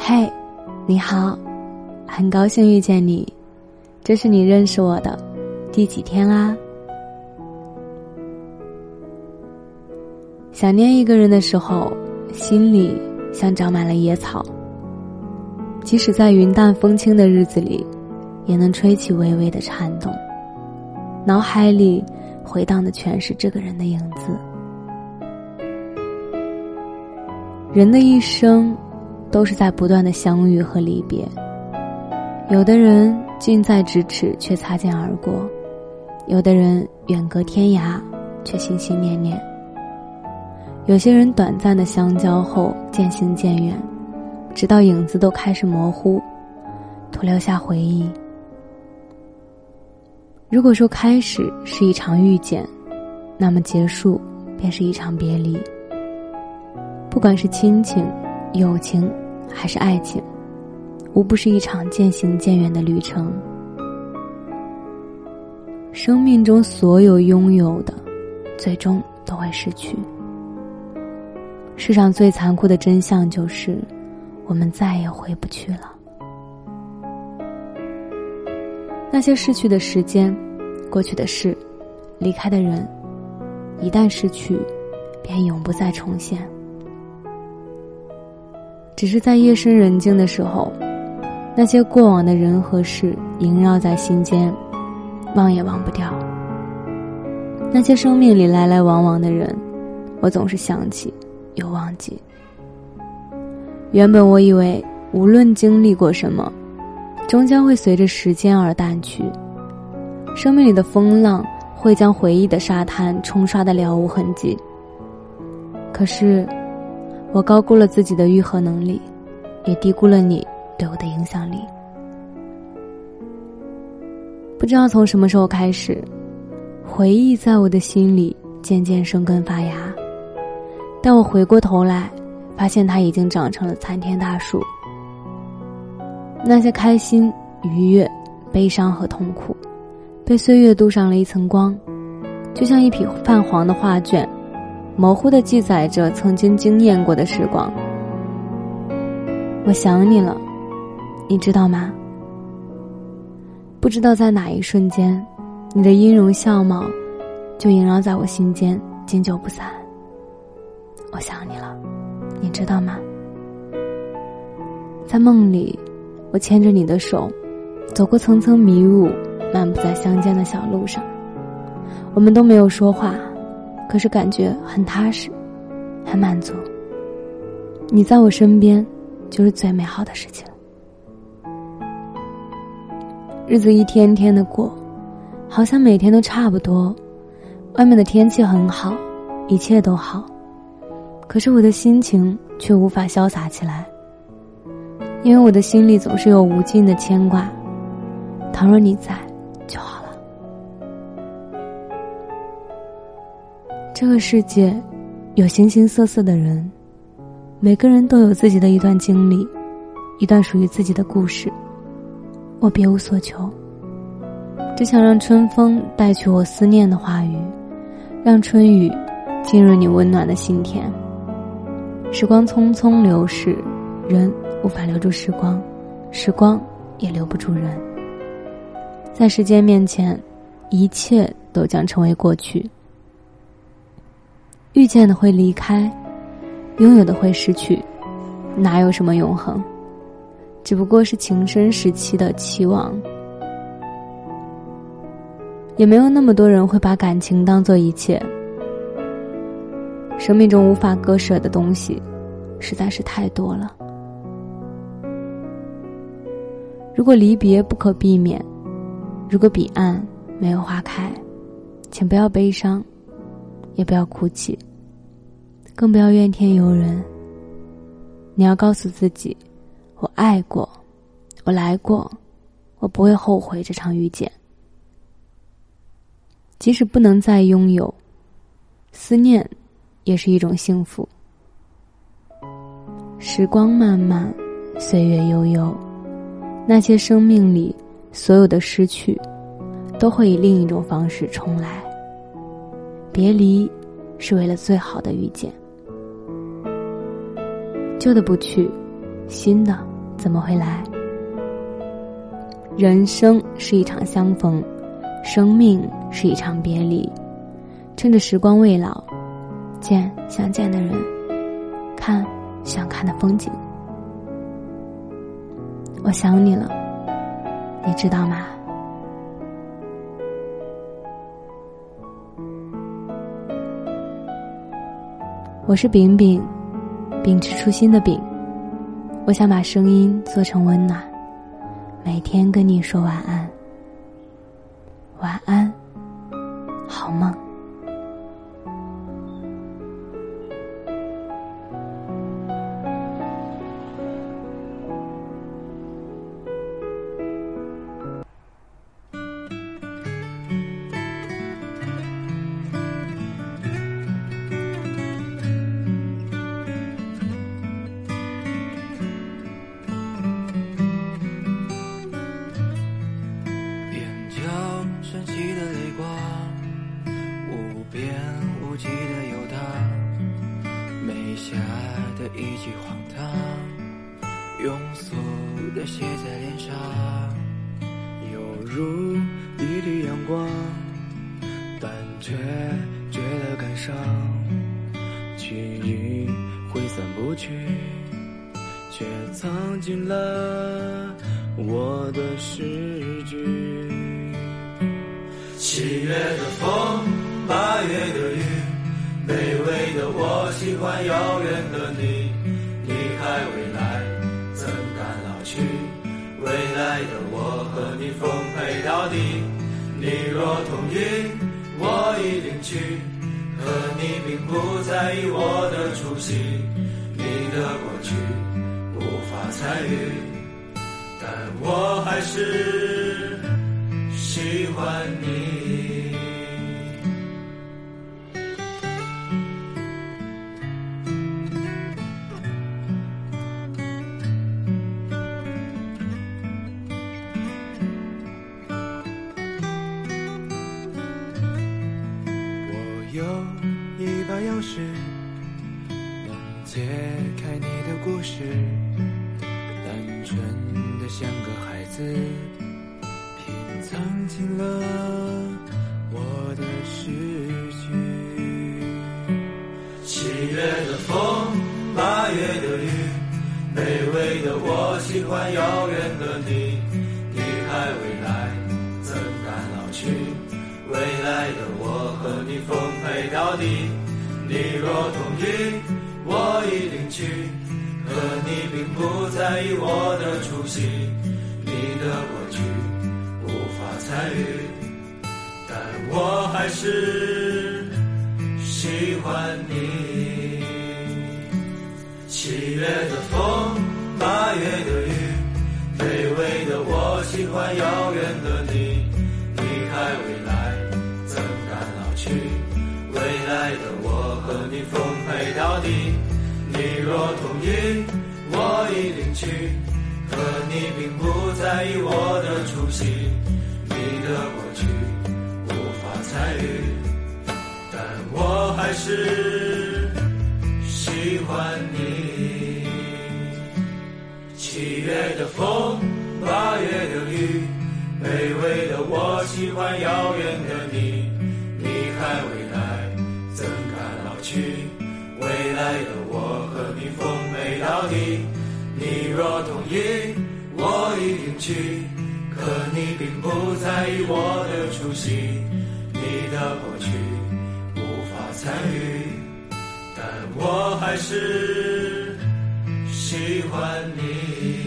嘿，你好，很高兴遇见你，这是你认识我的第几天啦？想念一个人的时候，心里像长满了野草，即使在云淡风轻的日子里，也能吹起微微的颤动，脑海里回荡的全是这个人的影子。人的一生都是在不断的相遇和离别，有的人近在咫尺却擦肩而过，有的人远隔天涯却心心念念，有些人短暂的相交后渐行渐远，直到影子都开始模糊，徒留下回忆。如果说开始是一场遇见，那么结束便是一场别离。不管是亲情、友情还是爱情，无不是一场渐行渐远的旅程。生命中所有拥有的，最终都会失去。世上最残酷的真相就是，我们再也回不去了。那些逝去的时间、过去的事、离开的人，一旦失去，便永不再重现。只是在夜深人静的时候，那些过往的人和事萦绕在心间，忘也忘不掉。那些生命里来来往往的人，我总是想起又忘记。原本我以为无论经历过什么，终将会随着时间而淡去，生命里的风浪会将回忆的沙滩冲刷得了无痕迹。可是我高估了自己的愈合能力，也低估了你对我的影响力。不知道从什么时候开始，回忆在我的心里渐渐生根发芽，但我回过头来，发现它已经长成了参天大树。那些开心、愉悦、悲伤和痛苦，被岁月镀上了一层光，就像一匹泛黄的画卷，模糊地记载着曾经惊艳过的时光。我想你了，你知道吗？不知道在哪一瞬间，你的音容笑貌就萦绕在我心间，经久不散。我想你了，你知道吗？在梦里，我牵着你的手，走过层层迷雾，漫步在乡间的小路上。我们都没有说话，可是感觉很踏实，很满足。你在我身边，就是最美好的事情。日子一天天的过，好像每天都差不多。外面的天气很好，一切都好，可是我的心情却无法潇洒起来，因为我的心里总是有无尽的牵挂。倘若你在就好了。这个世界有形形色色的人，每个人都有自己的一段经历，一段属于自己的故事。我别无所求，只想让春风带去我思念的话语，让春雨进入你温暖的心田。时光匆匆流逝，人无法留住时光，时光也留不住人。在时间面前，一切都将成为过去。遇见的会离开，拥有的会失去，哪有什么永恒？只不过是情深时期的期望。也没有那么多人会把感情当作一切。生命中无法割舍的东西实在是太多了。如果离别不可避免，如果彼岸没有花开，请不要悲伤，也不要哭泣，更不要怨天尤人。你要告诉自己，我爱过，我来过，我不会后悔这场遇见。即使不能再拥有，思念也是一种幸福。时光漫漫，岁月悠悠，那些生命里所有的失去，都会以另一种方式重来。别离是为了最好的遇见。旧的不去，新的怎么会来？人生是一场相逢，生命是一场别离。趁着时光未老，见想见的人，看想看的风景。我想你了，你知道吗？我是饼饼，秉持初心的饼。我想把声音做成温暖，每天跟你说晚安。晚安，好梦。 升起的泪光，无边无际的游荡，没下的一句荒唐，庸俗的写在脸上，犹如一缕阳光，但却觉得感伤，去日挥散不去，却藏进了我的诗句。7月的风，8月的雨，卑微的我喜欢遥远的你，离开未来怎敢老去，未来的我和你奉陪到底，你若同意我一定去，可你并不在意我的出席，你的过去无法参与，但我还是喜欢你。我有一把钥匙，能解开你的故事，单纯的像个孩子，品藏进了我的诗句。7月的风，8月的雨，卑微的我喜欢遥远的你，离开未来怎敢老去，未来的我和你奉陪到底，你若同意我一定去，可你并不在意我的出席，你的过去无法参与，但我还是喜欢你。7月的风，8月的雨，卑微的我喜欢遥远的你，离开未来怎敢老去，未来的我和你奉陪到底，你若同意我一定去，可你并不在意我的出席，你的过去无法参与，但我还是喜欢你。7月的风，8月的雨，卑微的我喜欢遥远的你，离开未来怎敢老去，未来的我和你奉陪到底，你若同意我一定去，可你并不在意我的出席，你的过去无法参与，但我还是喜欢你。